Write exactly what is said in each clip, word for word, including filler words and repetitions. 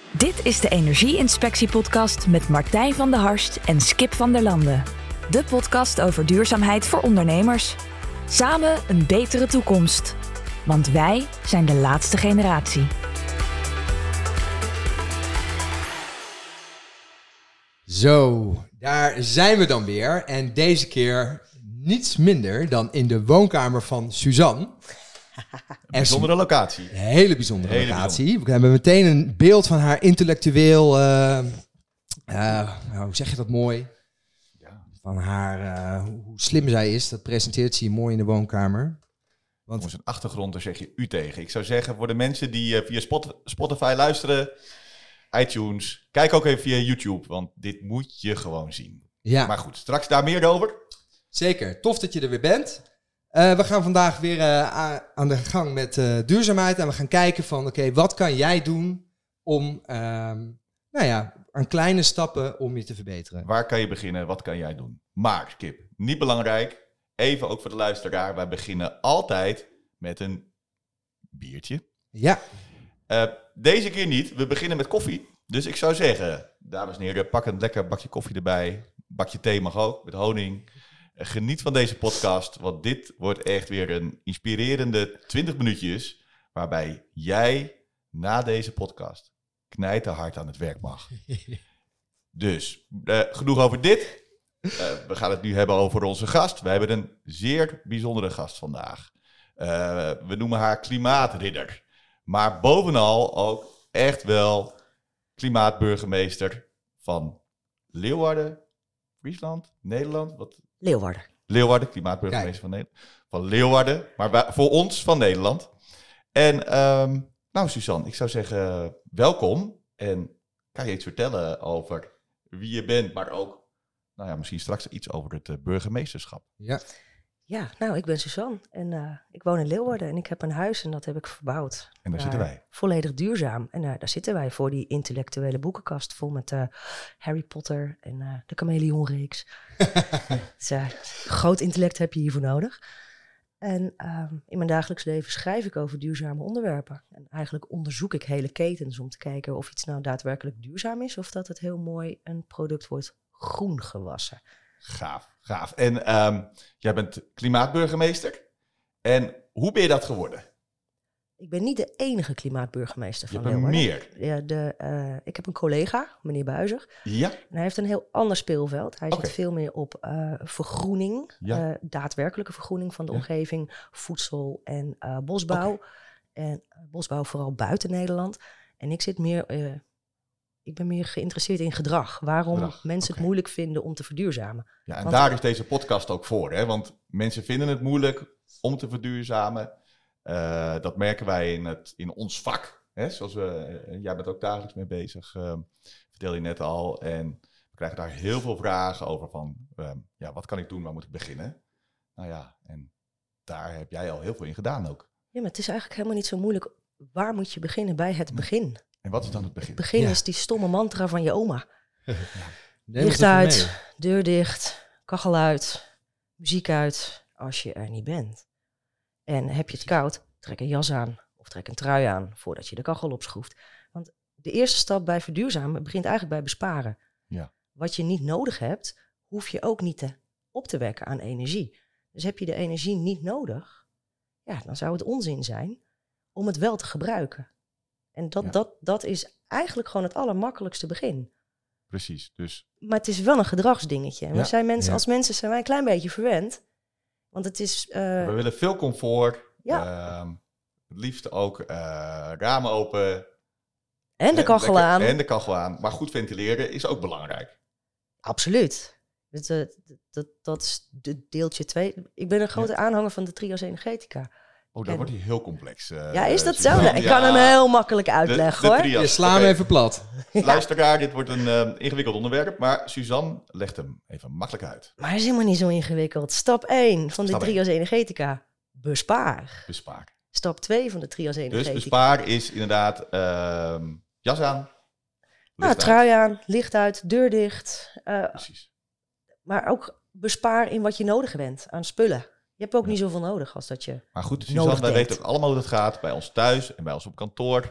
Dit is de Energie-inspectie-podcast met Martijn van der Harst en Skip van der Landen. De podcast over duurzaamheid voor ondernemers. Samen een betere toekomst. Want wij zijn de laatste generatie. Zo, daar zijn we dan weer. En deze keer niets minder dan in de woonkamer van Suzanne. Een bijzondere locatie. Een hele bijzondere Hele locatie. bijzonder. We hebben meteen een beeld van haar intellectueel... Uh, uh, hoe zeg je dat mooi? Ja. Van haar, uh, hoe, hoe slim zij is. Dat presenteert ze hier mooi in de woonkamer. Want Voor zijn achtergrond, daar zeg je u tegen. Ik zou zeggen, voor de mensen die uh, via Spot- Spotify luisteren, iTunes, kijk ook even via YouTube, want dit moet je gewoon zien. ja, Maar goed, straks daar meer over. zeker. Tof dat je er weer bent. Uh, we gaan vandaag weer uh, a- aan de gang met uh, duurzaamheid. En we gaan kijken van, oké, okay, wat kan jij doen om, um, nou ja, aan kleine stappen om je te verbeteren. Waar kan je beginnen? Wat kan jij doen? Maar, Skip, niet belangrijk. Even ook voor de luisteraar. Wij beginnen altijd met een biertje. Ja, Uh, deze keer niet. We beginnen met koffie. Dus ik zou zeggen, dames en heren, pak een lekker bakje koffie erbij. Bakje thee mag ook, met honing. Uh, geniet van deze podcast, want dit wordt echt weer een inspirerende twintig minuutjes, waarbij jij na deze podcast knijterhard aan het werk mag. Dus, uh, genoeg over dit. Uh, we gaan het nu hebben over onze gast. We hebben een zeer bijzondere gast vandaag. Uh, we noemen haar klimaatridder. Maar bovenal ook echt wel klimaatburgemeester van Leeuwarden, Friesland, Nederland. Wat? Leeuwarden. Leeuwarden, klimaatburgemeester van Nederland. Van Leeuwarden, maar bij, voor ons van Nederland. En um, nou Suzanne, ik zou zeggen welkom. En kan je iets vertellen over wie je bent, maar ook nou ja, misschien straks iets over het uh, burgemeesterschap. ja. Ja, nou, ik ben Suzanne en uh, ik woon in Leeuwarden en ik heb een huis en dat heb ik verbouwd. En daar Uh, zitten wij. Volledig duurzaam. En uh, daar zitten wij voor die intellectuele boekenkast vol met uh, Harry Potter en uh, de Chameleonreeks. Dus, uh, groot intellect heb je hiervoor nodig. En uh, in mijn dagelijks leven schrijf ik over duurzame onderwerpen. En eigenlijk onderzoek ik hele ketens om te kijken of iets nou daadwerkelijk duurzaam is of dat het heel mooi een product wordt groen gewassen. Gaaf, gaaf. En um, jij bent klimaatburgemeester. En hoe ben je dat geworden? Ik ben niet de enige klimaatburgemeester Je van hebt er Leeuwarden. meer. Ja, de, uh, ik heb een collega, meneer Buizer. Ja? En hij heeft een heel ander speelveld. Hij Oké. zit veel meer op uh, vergroening, Ja. uh, daadwerkelijke vergroening van de Ja. omgeving, voedsel en uh, bosbouw. Oké. En uh, bosbouw vooral buiten Nederland. En ik zit meer, uh, ik ben meer geïnteresseerd in gedrag. Waarom Gedrag, mensen oké. het moeilijk vinden om te verduurzamen. Ja, en Want- daar is deze podcast ook voor. Hè? Want mensen vinden het moeilijk om te verduurzamen. Uh, dat merken wij in, het, in ons vak. Hè? Zoals we, uh, jij bent ook dagelijks mee bezig, uh, vertel je net al. En we krijgen daar heel veel vragen over van, uh, ja, wat kan ik doen, waar moet ik beginnen? Nou ja, en daar heb jij al heel veel in gedaan ook. Ja, maar het is eigenlijk helemaal niet zo moeilijk. Waar moet je beginnen? Bij het begin. En wat is dan het begin? Het begin Ja. is die stomme mantra van je oma. Neem Licht ons even uit, mee. deur dicht, kachel uit, muziek uit als je er niet bent. En heb je het koud, trek een jas aan of trek een trui aan voordat je de kachel opschroeft. Want de eerste stap bij verduurzamen begint eigenlijk bij besparen. Ja. Wat je niet nodig hebt, hoef je ook niet te, op te wekken aan energie. Dus heb je de energie niet nodig, ja, dan zou het onzin zijn om het wel te gebruiken. En dat, Ja. dat, dat is eigenlijk gewoon het allermakkelijkste begin. Precies, dus Maar het is wel een gedragsdingetje. En we Ja, zijn mensen, ja. als mensen zijn wij een klein beetje verwend. Want het is... uh, we willen veel comfort. Ja. Uh, het liefst ook uh, ramen open. en de kachel lekker- aan. En de kachel aan. Maar goed ventileren is ook belangrijk. Absoluut. Dat, uh, dat, dat is de deeltje twee. Ik ben een grote Ja. aanhanger van de trias energetica. Oh, dan En- wordt hij heel complex. Uh, Ja, is dat zo? Suzanne. Nee, ik Ja, kan hem heel makkelijk de- uitleggen, de hoor. trias. Je sla Oké. hem even plat. Luisteraar, dit wordt een uh, ingewikkeld onderwerp. Maar Suzanne legt hem even makkelijk uit. Maar het is helemaal niet zo ingewikkeld. Stap één van de Stap één. trias energetica. Bespaar. Bespaar. Stap twee van de trias Dus energetica. bespaar is inderdaad uh, jas aan. Nou, licht uit. trui aan, licht uit, deur dicht. Uh, Precies. maar ook bespaar in wat je nodig bent aan spullen. Je hebt ook Ja. niet zoveel nodig als dat je... Maar goed, nodig Suzanne, wij denkt. weten ook allemaal hoe dat gaat. Bij ons thuis en bij ons op kantoor.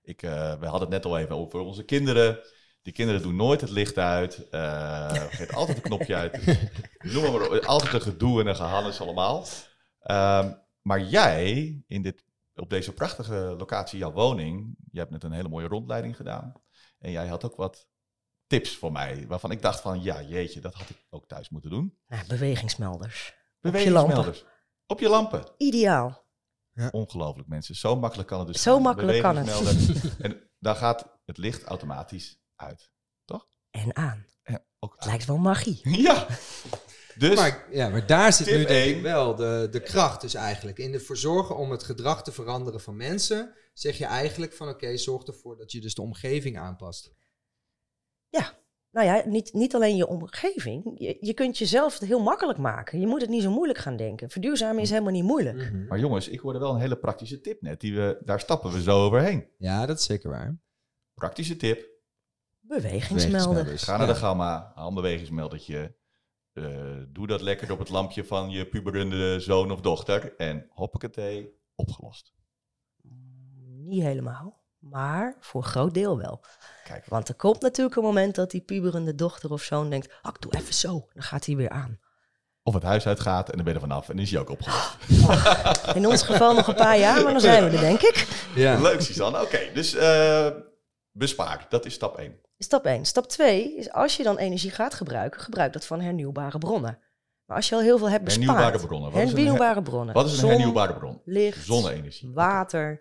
Ik, uh, we hadden het net al even over onze kinderen. Die kinderen doen nooit het licht uit. Uh, vergeet altijd een knopje uit. Noem maar, maar altijd een gedoe en een gehannes allemaal. Um, maar jij, in dit, op deze prachtige locatie, jouw woning, je hebt net een hele mooie rondleiding gedaan. En jij had ook wat tips voor mij, waarvan ik dacht van, ja jeetje, dat had ik ook thuis moeten doen. Nou, bewegingsmelders. Bewegingsmelders. Op je lampen. Ideaal. Ja. Ongelooflijk mensen. Zo makkelijk kan het dus. Zo gaan. makkelijk kan het. En dan gaat het licht automatisch uit. Toch? En aan. En ook Het aan. lijkt wel magie. Ja. Dus. Maar, ja, maar daar zit tip nu denk één. ik wel de, de kracht dus eigenlijk. In ervoor zorgen om het gedrag te veranderen van mensen, zeg je eigenlijk van oké, okay, zorg ervoor dat je dus de omgeving aanpast. Ja. Nou ja, niet, niet alleen je omgeving. Je, je kunt jezelf het heel makkelijk maken. Je moet het niet zo moeilijk gaan denken. Verduurzamen is helemaal niet moeilijk. Mm-hmm. Maar jongens, ik hoorde wel een hele praktische tip net. Die we, daar stappen we zo overheen. Ja, dat is zeker waar. Praktische tip. Bewegingsmelder. Ga naar de gamma, haal een bewegingsmeldertje. Uh, doe dat lekker op het lampje van je puberende zoon of dochter. En hoppakee, opgelost. Niet helemaal. Maar voor een groot deel wel. Kijk. Want er komt natuurlijk een moment dat die puberende dochter of zoon denkt, ah, ik doe even zo. Dan gaat hij weer aan. Of het huis uitgaat en dan ben je er vanaf en dan is hij ook opgelost. Oh, in ons geval nog een paar jaar, maar dan zijn we er, denk ik. Ja. Leuk, Suzanne. Oké, okay, dus uh, bespaar. Dat is stap één. Stap één. Stap twee is als je dan energie gaat gebruiken, gebruik dat van hernieuwbare bronnen. Maar als je al heel veel hebt bespaard. Hernieuwbare bronnen. Wat hernieuwbare is een, bronnen. Wat is een Zon, hernieuwbare bron? Licht, zonne-energie. Water.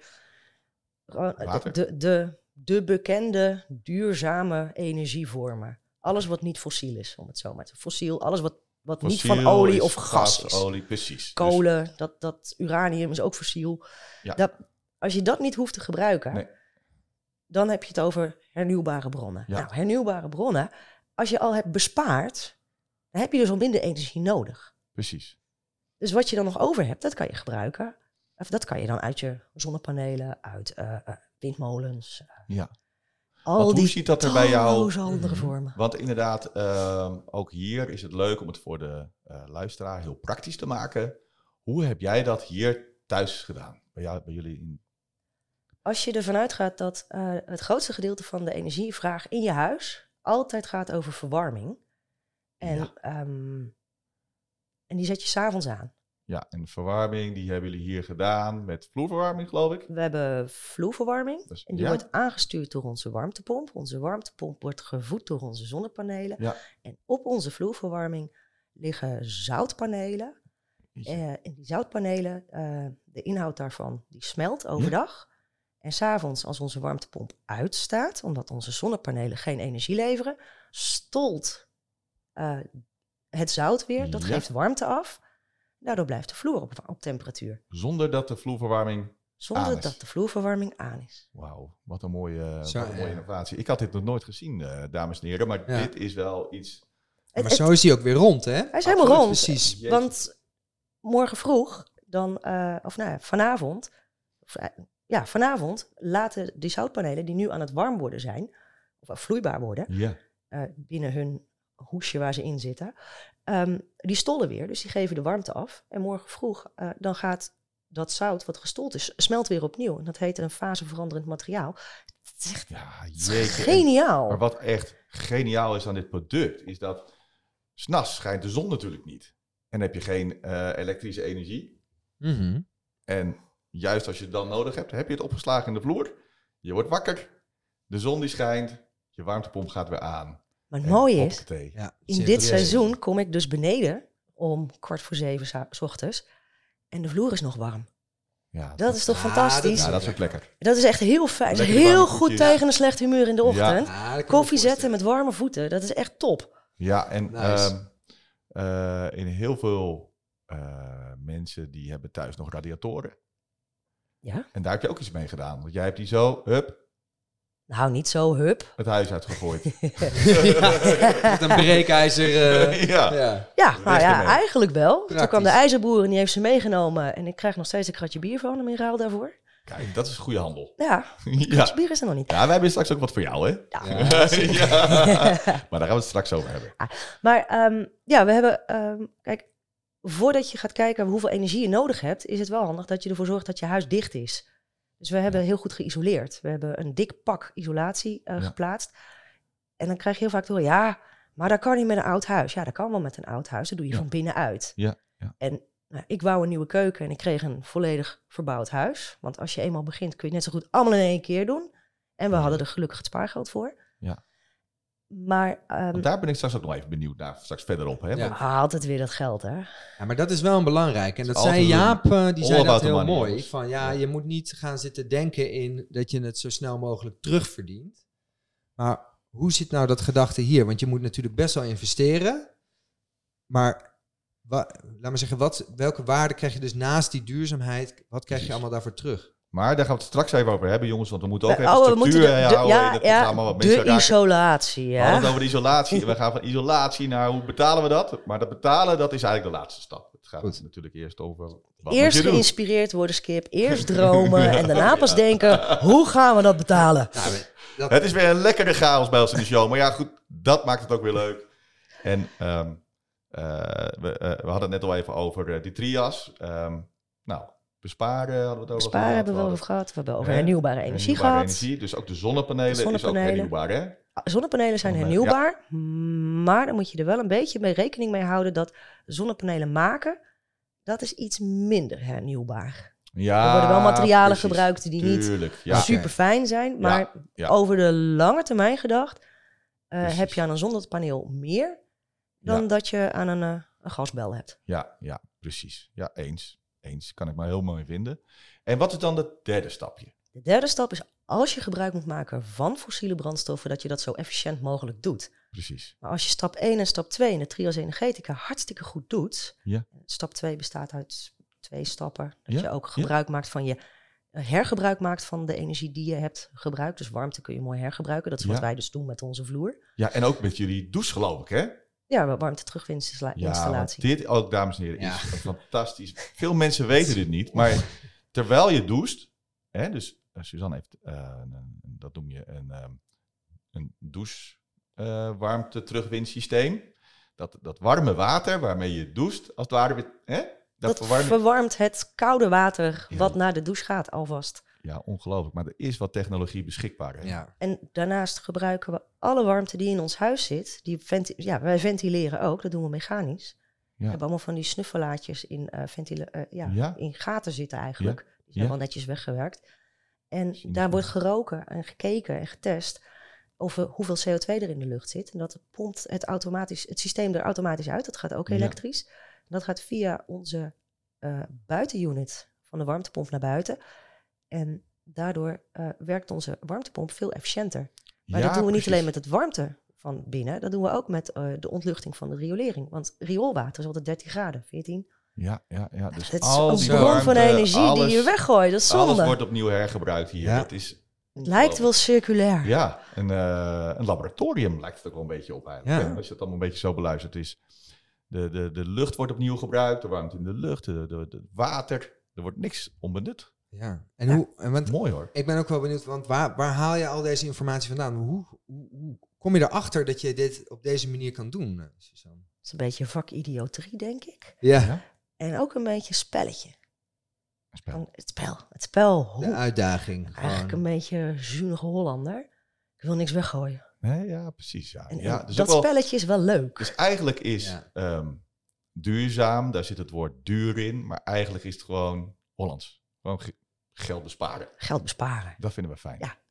Water? De, de, de bekende duurzame energievormen. Alles wat niet fossiel is, om het zo maar te fossiel. Alles wat, wat fossiel niet van olie of gas, gas is. Olie, precies. Kolen, dus, dat, dat uranium is ook fossiel. Ja. Dat, als je dat niet hoeft te gebruiken, nee. dan heb je het over hernieuwbare bronnen. Ja. Nou, hernieuwbare bronnen, als je al hebt bespaard, dan heb je dus al minder energie nodig. Precies. Dus wat je dan nog over hebt, dat kan je gebruiken. Of dat kan je dan uit je zonnepanelen, uit uh, uh, windmolens. Uh, ja. Al Want die hoe ziet dat er bij jou? andere vormen. Want inderdaad, uh, ook hier is het leuk om het voor de uh, luisteraar heel praktisch te maken. Hoe heb jij dat hier thuis gedaan? Bij, jou, bij jullie in... Als je ervan uitgaat dat uh, het grootste gedeelte van de energievraag in je huis altijd gaat over verwarming. En, ja. um, en die zet je 's avonds aan. Ja, en de verwarming, die hebben jullie hier gedaan met vloerverwarming, geloof ik? We hebben vloerverwarming. Dus, en die ja? wordt aangestuurd door onze warmtepomp. Onze warmtepomp wordt gevoed door onze zonnepanelen. Ja. En op onze vloerverwarming liggen zoutpanelen. Uh, en die zoutpanelen, uh, de inhoud daarvan, die smelt overdag. Ja. En 's avonds, als onze warmtepomp uitstaat, omdat onze zonnepanelen geen energie leveren, stolt uh, het zout weer. Dat ja. geeft warmte af. Daardoor blijft de vloer op, op temperatuur. Zonder dat de vloerverwarming Zonder aan is. dat de vloerverwarming aan is. Wauw, wat een mooie, zo, wat een mooie ja. innovatie. Ik had dit nog nooit gezien, uh, dames en heren. Maar ja. dit is wel iets... Maar het, zo is hij ook weer rond, hè? Hij is helemaal rond. Precies. Jezus. Want morgen vroeg, dan, uh, of nou ja, vanavond... Of, uh, ja, vanavond laten die zoutpanelen die nu aan het warm worden zijn... of uh, vloeibaar worden, ja. uh, binnen hun hoesje waar ze in zitten... Um, die stollen weer, dus die geven de warmte af. En morgen vroeg, uh, dan gaat dat zout wat gestold is, smelt weer opnieuw. En dat heet een faseveranderend materiaal. Het is echt ja, jeetje. geniaal. En, maar wat echt geniaal is aan dit product, is dat 's nachts schijnt de zon natuurlijk niet. En heb je geen uh, elektrische energie. Mm-hmm. En juist als je het dan nodig hebt, heb je het opgeslagen in de vloer. Je wordt wakker, de zon die schijnt, je warmtepomp gaat weer aan. Maar het mooie is, ja, in dit seizoen kom ik dus beneden om kwart voor zeven 's ochtends en de vloer is nog warm. Ja, dat, dat is toch ja, fantastisch? Ja, dat is ook lekker. Dat is echt heel fijn. Heel goed voetjes. Tegen een slecht humeur in de ochtend. Ja. Ja, koffie zetten met warme voeten, dat is echt top. Ja, en nice. uh, uh, in heel veel uh, mensen die hebben thuis nog radiatoren. Ja. En daar heb je ook iets mee gedaan. Want jij hebt die zo, hup. Nou, niet zo, hup. Het huis uitgegooid. ja, met een breekijzer. Uh, ja, ja. ja nou ja, eigenlijk wel. Praktisch. Toen kwam de ijzerboer en die heeft ze meegenomen. En ik krijg nog steeds een kratje bier van hem in ruil daarvoor. Kijk, dat is goede handel. Ja, een kratje bier is er nog niet. Ja, wij hebben straks ook wat voor jou, hè? Ja. ja. Maar daar gaan we het straks over hebben. Ja, maar um, ja, we hebben... Um, kijk, voordat je gaat kijken hoeveel energie je nodig hebt, is het wel handig dat je ervoor zorgt dat je huis dicht is. Dus we hebben heel goed geïsoleerd. We hebben een dik pak isolatie uh, Ja. geplaatst. En dan krijg je heel vaak te horen, ja, maar dat kan niet met een oud huis. Ja, dat kan wel met een oud huis. Dat doe je Ja. van binnenuit. Ja, ja. En nou, ik wou een nieuwe keuken en ik kreeg een volledig verbouwd huis. Want als je eenmaal begint, kun je net zo goed allemaal in één keer doen. En we Ja. hadden er gelukkig het spaargeld voor. Ja. Maar um, Want daar ben ik straks ook nog even benieuwd naar, straks verderop. Hè? Ja. Want- altijd weer dat geld, hè? Ja, maar dat is wel een belangrijk. En dat Altijd zei een Jaap, eh, die all zei dat about the heel money, mooi. jongens. Van ja, Ja. je moet niet gaan zitten denken in dat je het zo snel mogelijk terugverdient. Maar hoe zit nou dat gedachte hier? Want je moet natuurlijk best wel investeren. Maar wa- laat maar zeggen, wat, welke waarde krijg je dus naast die duurzaamheid? Wat krijg je Precies. allemaal daarvoor terug? Maar daar gaan we het straks even over hebben, jongens. Want we moeten ook We- even oh, we structuur moeten de- eh, de- houden in ja, het ja, programma. Wat mensen de raken. isolatie, We hadden ja. het over de isolatie. We gaan van isolatie naar hoe betalen we dat. Maar dat betalen, dat is eigenlijk de laatste stap. Het gaat Goed. natuurlijk eerst over wat Eerst moet je doen. geïnspireerd worden, Skip. Eerst dromen en daarna pas denken, hoe gaan we dat betalen? Nou, dat, Het is weer een lekkere chaos bij ons in de show. Maar ja, goed, dat maakt het ook weer leuk. En ehm, eh, we, eh, we hadden het net al even over eh, die trias. Ehm, nou, besparen hadden we het over Sparen gehad. hebben we We over hadden gehad. We hebben over Hè? hernieuwbare energie hernieuwbare gehad. energie. Dus ook de zonnepanelen, De zonnepanelen. is ook hernieuwbaar, hè? Zonnepanelen zijn Zonnepanelen, hernieuwbaar, maar dan moet je er wel een beetje mee rekening mee houden dat zonnepanelen maken, dat is iets minder hernieuwbaar. Ja, Er worden wel materialen precies. gebruikt die niet Tuurlijk, ja. super fijn zijn, maar ja. over de lange termijn gedacht eh, Precies. heb je aan een zonnepaneel meer dan Ja. dat je aan een, eh, een gasbel hebt. Ja, ja, precies. Ja, eens. Eens. Kan ik maar heel mooi vinden. En wat is dan het derde stapje? De derde stap is als je gebruik moet maken van fossiele brandstoffen, dat je dat zo efficiënt mogelijk doet. Precies. Maar als je stap één en stap twee in de trias energetica hartstikke goed doet. Ja. Stap twee bestaat uit twee stappen. Dat Ja, je ook ja. gebruik maakt van je eh, hergebruik maakt van de energie die je hebt gebruikt. Dus warmte kun je mooi hergebruiken. Dat is wat Ja. wij dus doen met onze vloer. Ja, en ook met jullie douche, geloof ik, hè? Ja, warmte terugwinninstallatie. Ja, want dit ook, dames en heren, is fantastisch. Veel mensen weten dit niet, maar terwijl je doucht, hè, dus uh, Suzanne heeft, uh, een, dat noem je een, um, een douche uh, warmte terugwinsysteem. Dat, dat warme water waarmee je doucht, als het ware, weer, hè? Dat, Dat verwarmt- verwarmt het koude water Ja. wat naar de douche gaat alvast. Ja, ongelooflijk. Maar er is wat technologie beschikbaar. Hè? ja. En daarnaast gebruiken we alle warmte die in ons huis zit. Die venti- ja, wij ventileren ook, dat doen we mechanisch. We Ja. hebben allemaal van die snuffelaatjes in, uh, ventile- uh, ja, Ja. in gaten zitten eigenlijk. Die zijn Ja. wel netjes weggewerkt. En Zie je daar niet wordt geroken en gekeken en getest over hoeveel C O twee er in de lucht zit. En dat pompt het, automatisch, het systeem er automatisch uit. Dat gaat ook Ja. elektrisch. En dat gaat via onze uh, buitenunit van de warmtepomp naar buiten. En daardoor uh, werkt onze warmtepomp veel efficiënter. Maar Ja, dat doen we niet precies. alleen met het warmte van binnen. Dat doen we ook met uh, de ontluchting van de riolering. Want rioolwater is altijd dertien graden, veertien. Ja, ja, ja. Dus Het is al een die bron van warmte, energie alles, die je weggooit. Dat is zonde. Alles wordt opnieuw hergebruikt hier. Ja. Het is Het lijkt wel circulair. Ja, een, uh, een laboratorium lijkt het ook wel een beetje op eigenlijk. Ja. Hè? Als je het allemaal een beetje zo beluisterd is. De, de, de lucht wordt opnieuw gebruikt, de warmte in de lucht, de, de, de water. Er wordt niks onbenut. ja. En, Ja. hoe, en want, Mooi hoor. ik ben ook wel benieuwd, want waar, waar haal je al deze informatie vandaan? Hoe, hoe, hoe kom je erachter dat je dit op deze manier kan doen, uh, Suzanne? Dat is een beetje vakidioterie, denk ik. Ja, Ja. En ook een beetje spelletje. Een spel. Van het spel. Het spel. de Hoe? uitdaging. Eigenlijk gewoon. een beetje zuinige Hollander. Ik wil niks weggooien. Nee, ja, precies. Ja. En, ja, en dus, dat ook wel, spelletje is wel leuk. dus eigenlijk is Ja. ehm, duurzaam, daar zit het woord duur in. Maar eigenlijk is het gewoon Hollands. Gewoon ge- geld besparen. Geld besparen. Dat vinden we fijn. Ja.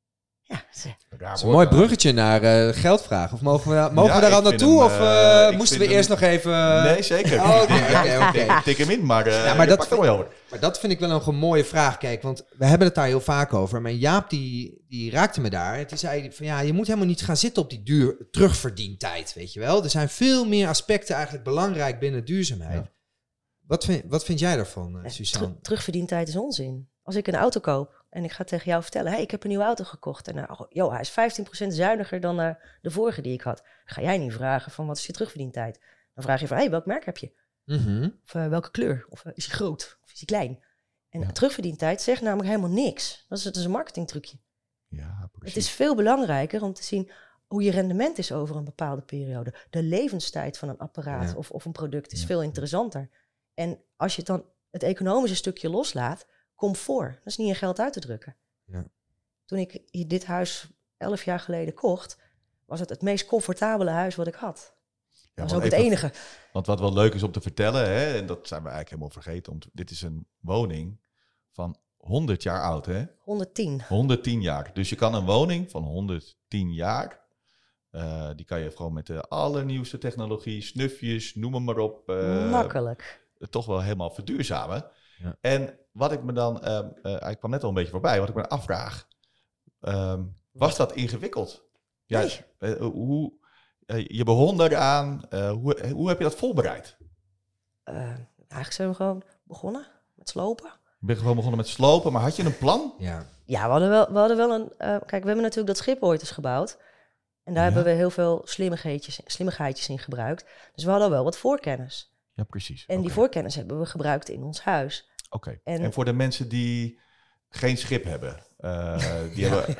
Ja, ze- Raar Dat is woord, een mooi maar- bruggetje naar uh, geldvraag. Of mogen we, mogen Ja, we daar al ik vind naartoe? hem, of eh, uh, ik moesten we vind eerst hem- nog even... uh, Nee, zeker. Oh, oké, Ik- oké, oké. ik Tik hem in, maar, uh, Ja, maar je dat pakt er vind- wel over. Maar dat vind ik wel nog een mooie vraag. Kijk, want we hebben het daar heel vaak over. Maar Jaap die, die raakte me daar. Die zei van ja, je moet helemaal niet gaan zitten op die duur terugverdientijd, weet je wel. Er zijn veel meer aspecten eigenlijk belangrijk binnen duurzaamheid. Ja. Wat, vind, wat vind jij daarvan, uh, eh, Suzanne? teru- terugverdientijd is onzin. Als ik een auto koop en ik ga tegen jou vertellen... hey, ik heb een nieuwe auto gekocht. En uh, oh, joh, hij is vijftien procent zuiniger dan uh, de vorige die ik had. Ga jij niet vragen van wat is je terugverdientijd? Dan vraag je van, hey, welk merk heb je? Mhm. Of uh, welke kleur? Of uh, is hij groot? Of is hij klein? En Ja. terugverdientijd zegt namelijk helemaal niks. Dat is, dat is een marketingtrucje. Ja, precies. Het is veel belangrijker om te zien hoe je rendement is over een bepaalde periode. De levenstijd van een apparaat Ja. of, of een product is Ja. veel interessanter. En als je dan het economische stukje loslaat, comfort. Dat is niet in geld uit te drukken. Ja. Toen ik hier dit huis elf jaar geleden kocht, was het het meest comfortabele huis wat ik had. Ja, Dat was ook want het even- enige. Want wat wel leuk is om te vertellen, hè, en dat zijn we eigenlijk helemaal vergeten. Om te- dit is een woning van honderd jaar oud, hè? honderdtien. honderdtien jaar. Dus je kan een woning van honderdtien jaar, uh, die kan je gewoon met de allernieuwste technologie, snufjes, noem hem maar op, uh, Makkelijk. toch wel helemaal verduurzamen. Ja. En wat ik me dan, uh, uh, ik kwam net al een beetje voorbij, wat ik me afvraag, um, was dat ingewikkeld? Ja, Nee. uh, hoe, uh, je begon eraan, uh, hoe, hoe heb je dat voorbereid? Uh, eigenlijk zijn we gewoon begonnen met slopen. Je bent gewoon begonnen met slopen, maar had je een plan? Ja. Ja, we hadden wel, we hadden wel een... Uh, kijk, we hebben natuurlijk dat schip ooit eens gebouwd. En daar Ja. hebben we heel veel slimmigheidjes, slimmigheidjes in gebruikt. Dus we hadden wel wat voorkennis. Ja, precies. En Oké. die voorkennis hebben we gebruikt in ons huis. Oké. En- En voor de mensen die geen schip hebben, uh, die hebben...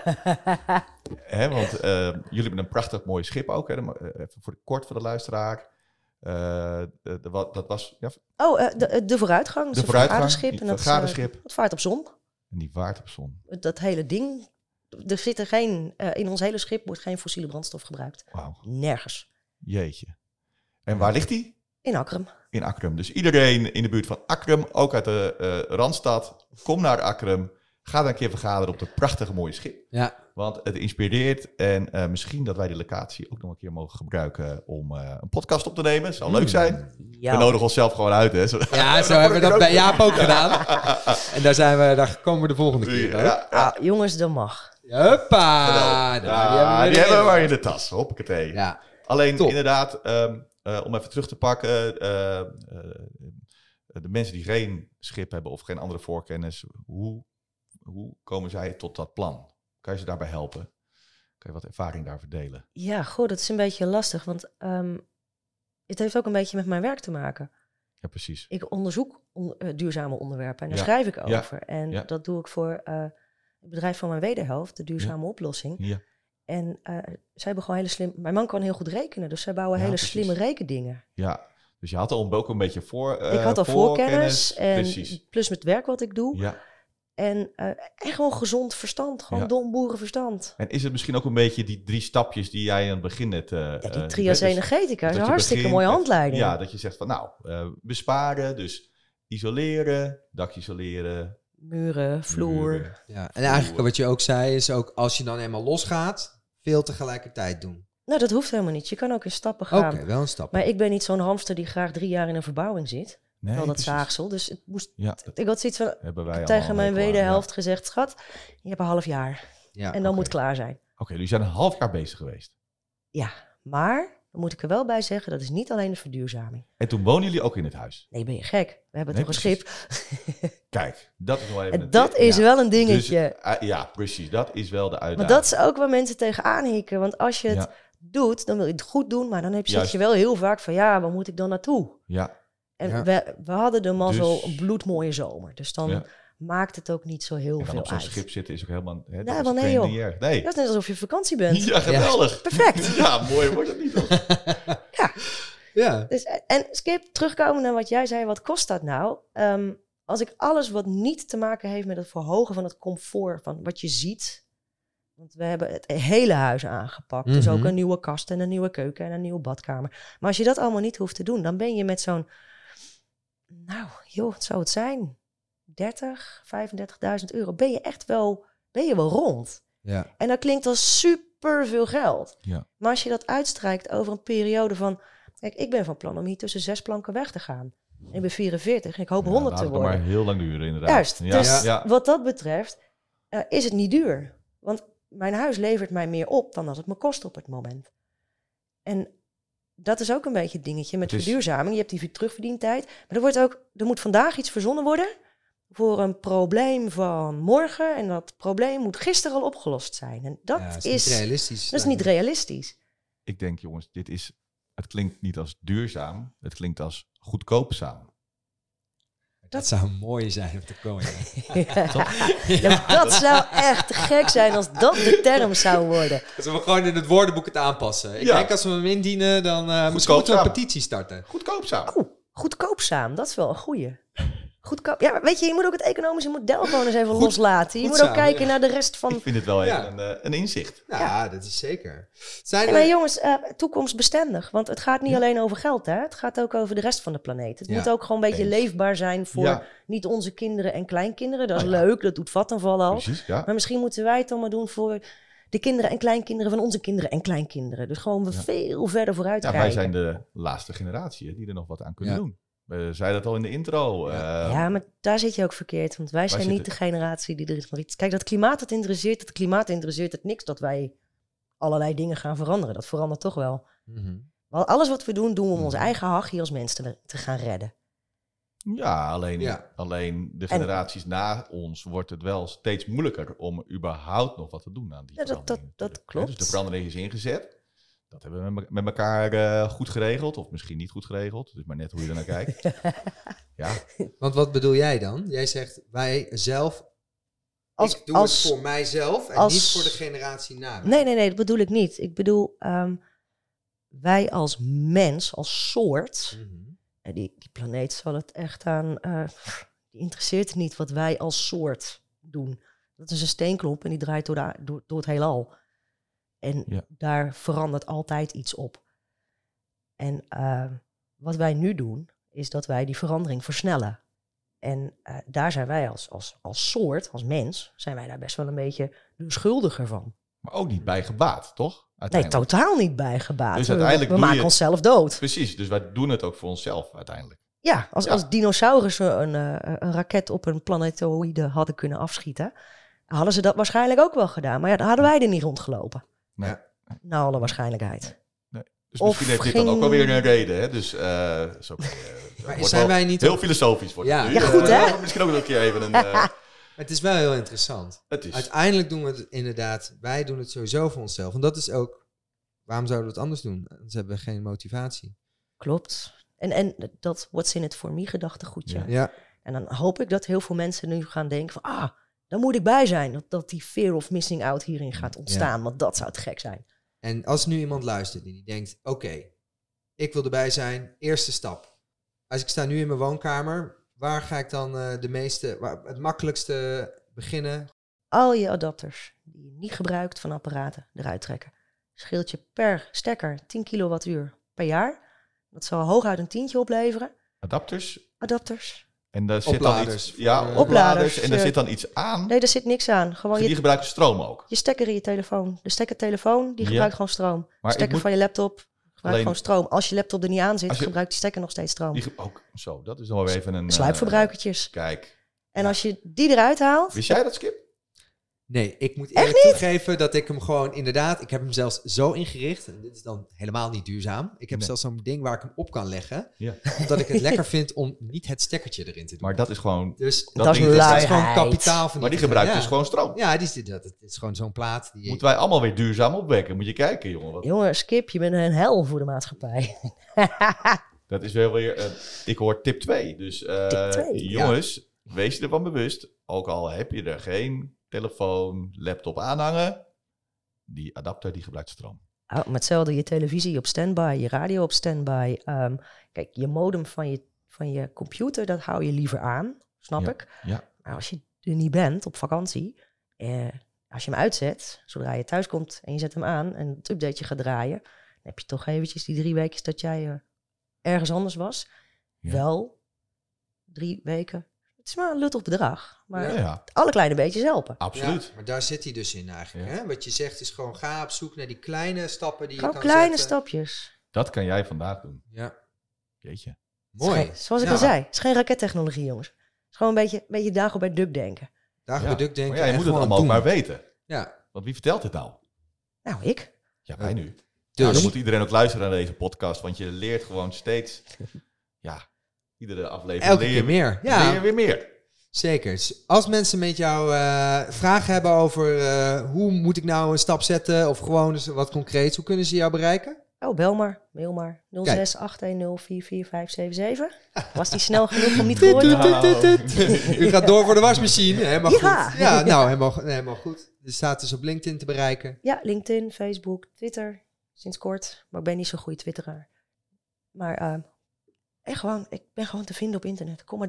Hè, want uh, jullie hebben een prachtig mooi schip ook. Hè? Even voor de, kort voor de luisteraar. Uh, de, de, wat, dat was... Ja, Oh, uh, de, de vooruitgang. Dat de is een vooruitgang, vergaderschip. die En dat, vergaderschip. Uh, dat vaart op zon. En die vaart op zon. Dat hele ding. Er zit er geen... Uh, in ons hele schip wordt geen fossiele brandstof gebruikt. Wauw, Nergens. jeetje. En waar ligt die? In Akkerum. In Akkerum. Dus iedereen in de buurt van Akkerum, ook uit de uh, Randstad, kom naar Akkerum. Ga dan een keer vergaderen op dat prachtige mooie schip. Ja. Want het inspireert en uh, misschien dat wij die locatie ook nog een keer mogen gebruiken om uh, een podcast op te nemen. Zou leuk zijn. Ja. We nodigen onszelf gewoon uit, hè. Zo, Ja, zo hebben we dat bij Jaap ook gedaan. En daar, zijn we, daar komen we de volgende keer. ja, Ja. ja. Ah, jongens, dat mag. Huppa! Ja, Nou, die weer hebben we in. maar in de tas. Hoppakee. Ja. Alleen Top. inderdaad, um, uh, om even terug te pakken, uh, uh, de mensen die geen schip hebben of geen andere voorkennis, hoe, hoe komen zij tot dat plan? Kan je ze daarbij helpen? Kan je wat ervaring daar verdelen? Ja, goh, dat is een beetje lastig. Want um, het heeft ook een beetje met mijn werk te maken. Ja, precies. Ik onderzoek on, uh, duurzame onderwerpen en daar Ja. schrijf ik Ja. over. En Ja. dat doe ik voor uh, het bedrijf van mijn wederhelft, de Duurzame Ja. Oplossing. Ja. En uh, zij hebben gewoon hele slim... Mijn man kan heel goed rekenen, dus zij bouwen Ja, hele precies. slimme rekendingen. Ja, dus je had al ook een beetje voor. Uh, ik had al voorkennis en Precies. plus met werk wat ik doe. Ja. En, uh, en gewoon gezond verstand, gewoon Ja. dom boerenverstand. En is het misschien ook een beetje die drie stapjes die jij aan het begin net... Uh, Ja, die uh, trias dus- energetica is dat een je hartstikke begint mooie met- handleiding. Ja, dat je zegt van nou, uh, besparen, dus isoleren, dak isoleren, Muren, vloer. muren. Ja. En eigenlijk wat je ook zei is ook als je dan eenmaal losgaat, veel tegelijkertijd doen. Nou, dat hoeft helemaal niet. Je kan ook in stappen Oké, gaan. wel een stap. Maar ik ben niet zo'n hamster die graag drie jaar in een verbouwing zit. Nee, Wel dat precies. zaagsel. Dus het moest, Ja, dat ik had zoiets van, hebben wij tegen allemaal mijn een hekel aan, wederhelft gezegd, schat, je hebt een half jaar. Ja, en dan oké. moet het klaar zijn. Ja. Oké, jullie zijn een half jaar bezig geweest. Ja, maar dan moet ik er wel bij zeggen, dat is niet alleen de verduurzaming. En toen wonen jullie ook in het huis. Nee, ben je gek? We hebben Nee, toch een precies. schip? Kijk, dat is wel even En een dat tip. is Ja. wel een dingetje. Dus, uh, ja, precies. Dat is wel de maar uitdaging. dat is ook waar mensen tegenaan hikken. Want als je het Ja. doet, dan wil je het goed doen. Maar dan heb je, Juist. zit je wel heel vaak van, ja, waar moet ik dan naartoe? Ja, En Ja. we, we hadden de mazzel Dus- een bloedmooie zomer. Dus dan Ja. maakt het ook niet zo heel en dan veel op zo'n uit. schip zitten is ook helemaal... Hè, dat Nee, is wel nee, geen joh. lineair. Nee. Dat is net alsof je op vakantie bent. Ja, geweldig. Perfect. Ja, mooi wordt het niet. Hoor. Ja. Dus, en Skip, terugkomen naar wat jij zei, wat kost dat nou? Um, als ik alles wat niet te maken heeft met het verhogen van het comfort, van wat je ziet. Want we hebben het hele huis aangepakt. Dus Mhm. ook een nieuwe kast en een nieuwe keuken en een nieuwe badkamer. Maar als je dat allemaal niet hoeft te doen, dan ben je met zo'n, nou joh, wat zou het zijn? dertig, vijfendertigduizend euro. Ben je echt wel, ben je wel rond. Ja. En dat klinkt als super veel geld. Ja. Maar als je dat uitstrijkt over een periode van... Kijk, ik ben van plan om hier tussen zes planken weg te gaan. En ik ben vierenveertig en ik hoop Ja, honderd laat te het dan worden. maar heel lang duren, inderdaad. Juist. Ja, Dus ja. wat dat betreft uh, is het niet duur. Want mijn huis levert mij meer op dan dat het me kost op het moment. En dat is ook een beetje het dingetje met Het is- verduurzaming. Je hebt die terugverdientijd. Maar er, wordt ook, er moet vandaag iets verzonnen worden voor een probleem van morgen. En dat probleem moet gisteren al opgelost zijn. En dat, Ja, is, niet realistisch. dat is niet realistisch. Ik denk, jongens, dit is... Het klinkt niet als duurzaam. Het klinkt als goedkoopzaam. Dat zou mooi zijn om te komen. Ja, dat zou echt te gek zijn als dat de term zou worden. Dat we gewoon in het woordenboek het aanpassen. Ik Ja. denk als we hem indienen, dan uh, misschien Goedkoop moeten we een samen. petitie starten. Goedkoopzaam. Oeh, goedkoopzaam, dat is wel een goeie. Goedkoop. Ja, maar weet je, je moet ook het economische model gewoon eens even Goed- loslaten. Je goed moet ook samen, kijken ja. naar de rest van... Ik vind het wel even Ja. een, uh, een inzicht. Nou, ja, dat is zeker. Zijn Ja, er... maar jongens, uh, toekomstbestendig. Want het gaat niet Ja. alleen over geld, hè. Het gaat ook over de rest van de planeet. Het Ja. moet ook gewoon een beetje Eens. leefbaar zijn voor Ja. niet onze kinderen en kleinkinderen. Dat is Nou ja. leuk, dat doet Vattenfall al. Precies, ja. Maar misschien moeten wij het dan maar doen voor de kinderen en kleinkinderen van onze kinderen en kleinkinderen. Dus gewoon we Ja. veel verder vooruit Ja, kijken. wij zijn de laatste generatie hè, die er nog wat aan kunnen Ja. doen. We zeiden het al in de intro. Ja. eh, Ja, maar daar zit je ook verkeerd. Want wij zijn niet zitten- de generatie die er is nog iets... Kijk, dat klimaat, dat interesseert het klimaat interesseert het niks dat wij allerlei dingen gaan veranderen. Dat verandert toch wel. Mhm. Want alles wat we doen, doen we om ons Mhm. eigen hachje als mens te, te gaan redden. Ja, alleen, Ja. alleen de En- generaties na ons wordt het wel steeds moeilijker om überhaupt nog wat te doen aan die Ja, dat- dat- verandering. dat natuurlijk, hè. klopt. Dus de verandering is ingezet. Dat hebben we met- met elkaar eh, goed geregeld, of misschien niet goed geregeld. Het is maar net hoe je er naar kijkt. Ja, Want wat bedoel jij dan? Jij zegt, wij zelf... Als, ik doe als, het voor mijzelf en als- niet voor de generatie na mij. Nee, nee, nee, dat bedoel ik niet. Ik bedoel, ehm, wij als mens, als soort... Mhm. En die, die planeet zal het echt aan... eh, die interesseert het niet wat wij als soort doen. Dat is een steenklomp en die draait door, de, door, door het heelal. En Ja. daar verandert altijd iets op. En eh, wat wij nu doen, is dat wij die verandering versnellen. En eh, daar zijn wij als, als, als soort, als mens, zijn wij daar best wel een beetje de schuldiger van. maar ook niet bij gebaat, toch? Nee, Uiteindelijk. totaal niet bijgebaat. Dus We- uiteindelijk we doe je maken het- onszelf dood. Precies, dus wij doen het ook voor onszelf uiteindelijk. Ja, als, Ja. als dinosaurussen een, eh, een raket op een planetoïde hadden kunnen afschieten, hadden ze dat waarschijnlijk ook wel gedaan. Maar ja, dan hadden wij er niet rondgelopen. Nee. Ja. Naar alle waarschijnlijk. Dus Of misschien heeft dit dan ging- ook wel weer een reden. Hè? Dus eh zo, eh, dat Maar wordt zijn wel wij niet... heel filosofisch wordt Ja. het nu. Ja, goed, Eh, hè? Misschien ook nog een keer even een... eh, Het is wel heel interessant. het is... Uiteindelijk doen we het inderdaad, wij doen het sowieso voor onszelf. En dat is ook, waarom zouden we het anders doen? Anders hebben we geen motivatie. Klopt. En, en dat what's in it for me gedachtegoedje. Ja. Ja, En dan hoop ik dat heel veel mensen nu gaan denken van, ah, daar moet ik bij zijn. Dat, dat die fear of missing out hierin gaat ontstaan. Want dat zou te gek zijn. en als nu iemand luistert en die denkt, oké, ik wil erbij zijn, eerste stap. Als ik sta nu in mijn woonkamer, waar ga ik dan eh, de meeste, waar, het makkelijkste beginnen? Al je adapters die je niet gebruikt van apparaten eruit trekken. Scheelt je per stekker tien kilowattuur per jaar. Dat zal hooguit een tientje opleveren. Adapters. Adapters. En daar zit Opladers dan iets... Ja, voor, eh, opladers. En ja. daar zit dan iets aan. Nee, daar zit niks aan. Gewoon die je, gebruiken stroom ook. je stekker in je telefoon. De stekkertelefoon, die Ja. gebruikt gewoon stroom. De Maar ik stekker moet... van je laptop gebruikt Alleen- gewoon stroom. Als je laptop er niet aan zit, Als je- gebruikt die stekker nog steeds stroom. Die ge- ook zo, dat is dan wel weer even een... eh, Sluipverbruikertjes. Kijk. En Ja. als je die eruit haalt... Wist jij dat, Skip? Nee, ik moet Echt eerlijk toegeven dat ik hem gewoon inderdaad, ik heb hem zelfs zo ingericht, en dit is dan helemaal niet duurzaam. Ik heb Nee. zelfs zo'n ding waar ik hem op kan leggen, Ja. omdat ik het lekker vind om niet het stekkertje erin te doen. Maar dat is gewoon... Dus Dat Dat is ding is- dat is gewoon luiheid. kapitaal van Maar die gebruikt dus gewoon stroom. Ja, die, is- dat, het is gewoon zo'n plaat. Die Moeten wij allemaal weer duurzaam opwekken. Moet je kijken, jongen. Wat- Jongen, Skip, je bent een hel voor de maatschappij. Dat is wel weer... eh, ik hoor tip twee. Dus eh, Tip twee, jongens, wees je ervan bewust. Ook al heb je er geen telefoon, laptop aanhangen. Die adapter die gebruikt stroom. Oh, maar hetzelfde, je televisie op standby, je radio op standby. Ehm, kijk, je modem van je, van je computer, dat hou je liever aan, snap Ja, ik. ja. Maar als je er niet bent op vakantie, eh, als je hem uitzet, zodra je thuis komt en je zet hem aan en het updateje gaat draaien, dan heb je toch eventjes die drie weken dat jij eh, ergens anders was. Ja. Wel drie weken. Het is maar een luttig bedrag, maar Ja, ja, alle kleine beetjes helpen. absoluut. Ja, maar daar zit hij dus in eigenlijk. Ja. Hè? Wat je zegt is gewoon ga op zoek naar die kleine stappen die je Gewoon kan kleine zetten. stapjes. Dat kan jij vandaag doen. Ja, Jeetje. mooi. Het is geen- zoals ik Ja. al zei, het is geen rakettechnologie, jongens. Het is gewoon een beetje, een beetje Dagobert Duck denken. Daar Ja. product denken Maar ja, je en moet het gewoon allemaal ook doen. maar weten. Ja, Want wie vertelt dit nou? Nou, ik. Ja, wij nu. dus Nou, dan moet iedereen ook luisteren naar deze podcast. Want je leert gewoon steeds... Ja, iedere aflevering elke leer keer je meer. Ja, weer, weer meer. zeker. Dus als mensen met jou eh, vragen hebben over eh, hoe moet ik nou een stap zetten of gewoon eens wat concreets, hoe kunnen ze jou bereiken? Oh, bel maar, mail maar. nul zes acht een nul vier vier vijf zeven zeven. Was die snel genoeg om niet gehoord te worden? U gaat door voor de wasmachine. Helemaal Ja. goed. Ja, nou, helemaal, helemaal goed. Er staat dus op LinkedIn te bereiken. Ja, LinkedIn, Facebook, Twitter, sinds kort. Maar ik ben niet zo'n goede twitteraar. Maar uh, echt gewoon, ik ben gewoon te vinden op internet. Kom maar door.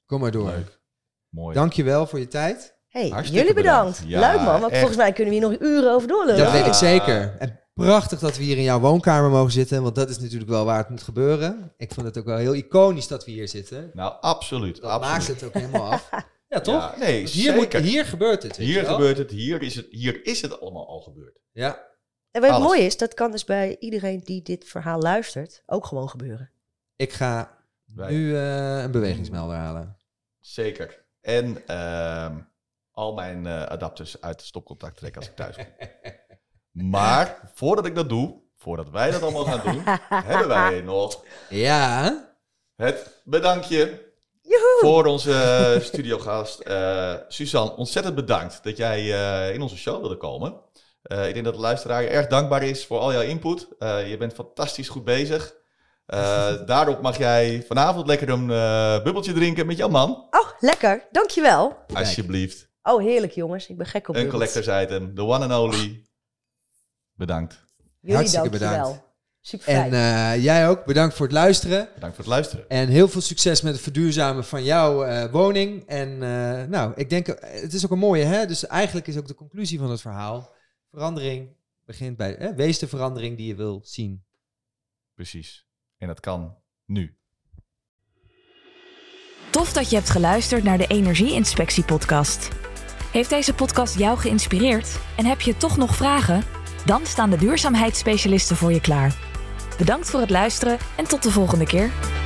Kom maar door. Leuk. Mooi. Dankjewel voor je tijd. Hey, Hartstikke jullie bedankt. bedankt. Ja, Leuk man, want echt. volgens mij kunnen we hier nog uren over doorlopen. Dat Ja. weet ik zeker. En prachtig dat we hier in jouw woonkamer mogen zitten, want dat is natuurlijk wel waar het moet gebeuren. Ik vond het ook wel heel iconisch dat we hier zitten. Nou, absoluut. Dat absoluut. maakt het ook helemaal af. Ja, toch? Ja, nee, Want hier, moet, zeker. hier gebeurt het. weet Hier je wel? gebeurt het, hier is het, hier is het allemaal al gebeurd. Ja, En wat het Alles. mooie is, dat kan dus bij iedereen die dit verhaal luistert ook gewoon gebeuren. ik ga Wij- nu eh, een bewegingsmelder halen. Zeker. En ehm, al mijn eh, adapters uit de stopcontact trekken als ik thuis kom. Maar voordat ik dat doe, voordat wij dat allemaal gaan doen, hebben wij nog Ja, het bedankje Joehoe! voor onze studiogast. eh Suzanne, ontzettend bedankt dat jij eh, in onze show wilde komen. Eh, ik denk dat de luisteraar je erg dankbaar is voor al jouw input. Eh, je bent fantastisch goed bezig. Eh, daarop mag jij vanavond lekker een eh, bubbeltje drinken met jouw man. Oh, lekker. Dankjewel. Alsjeblieft. Oh, heerlijk jongens. Ik ben gek op Een bubbels. collectors item, the one and only. Bedankt. Jullie Hartstikke dankjewel. bedankt. Super fijn. en eh, jij ook. Bedankt voor het luisteren. Bedankt voor het luisteren. En heel veel succes met het verduurzamen van jouw eh, woning. En eh, nou, ik denk, eh, het is ook een mooie, hè? Dus eigenlijk is ook de conclusie van het verhaal. Verandering begint bij, eh, wees de verandering die je wil zien. Precies. En dat kan nu. Tof dat je hebt geluisterd naar de Energie-inspectie-podcast. Heeft deze podcast jou geïnspireerd en heb je toch nog vragen? Dan staan de duurzaamheidsspecialisten voor je klaar. Bedankt voor het luisteren en tot de volgende keer.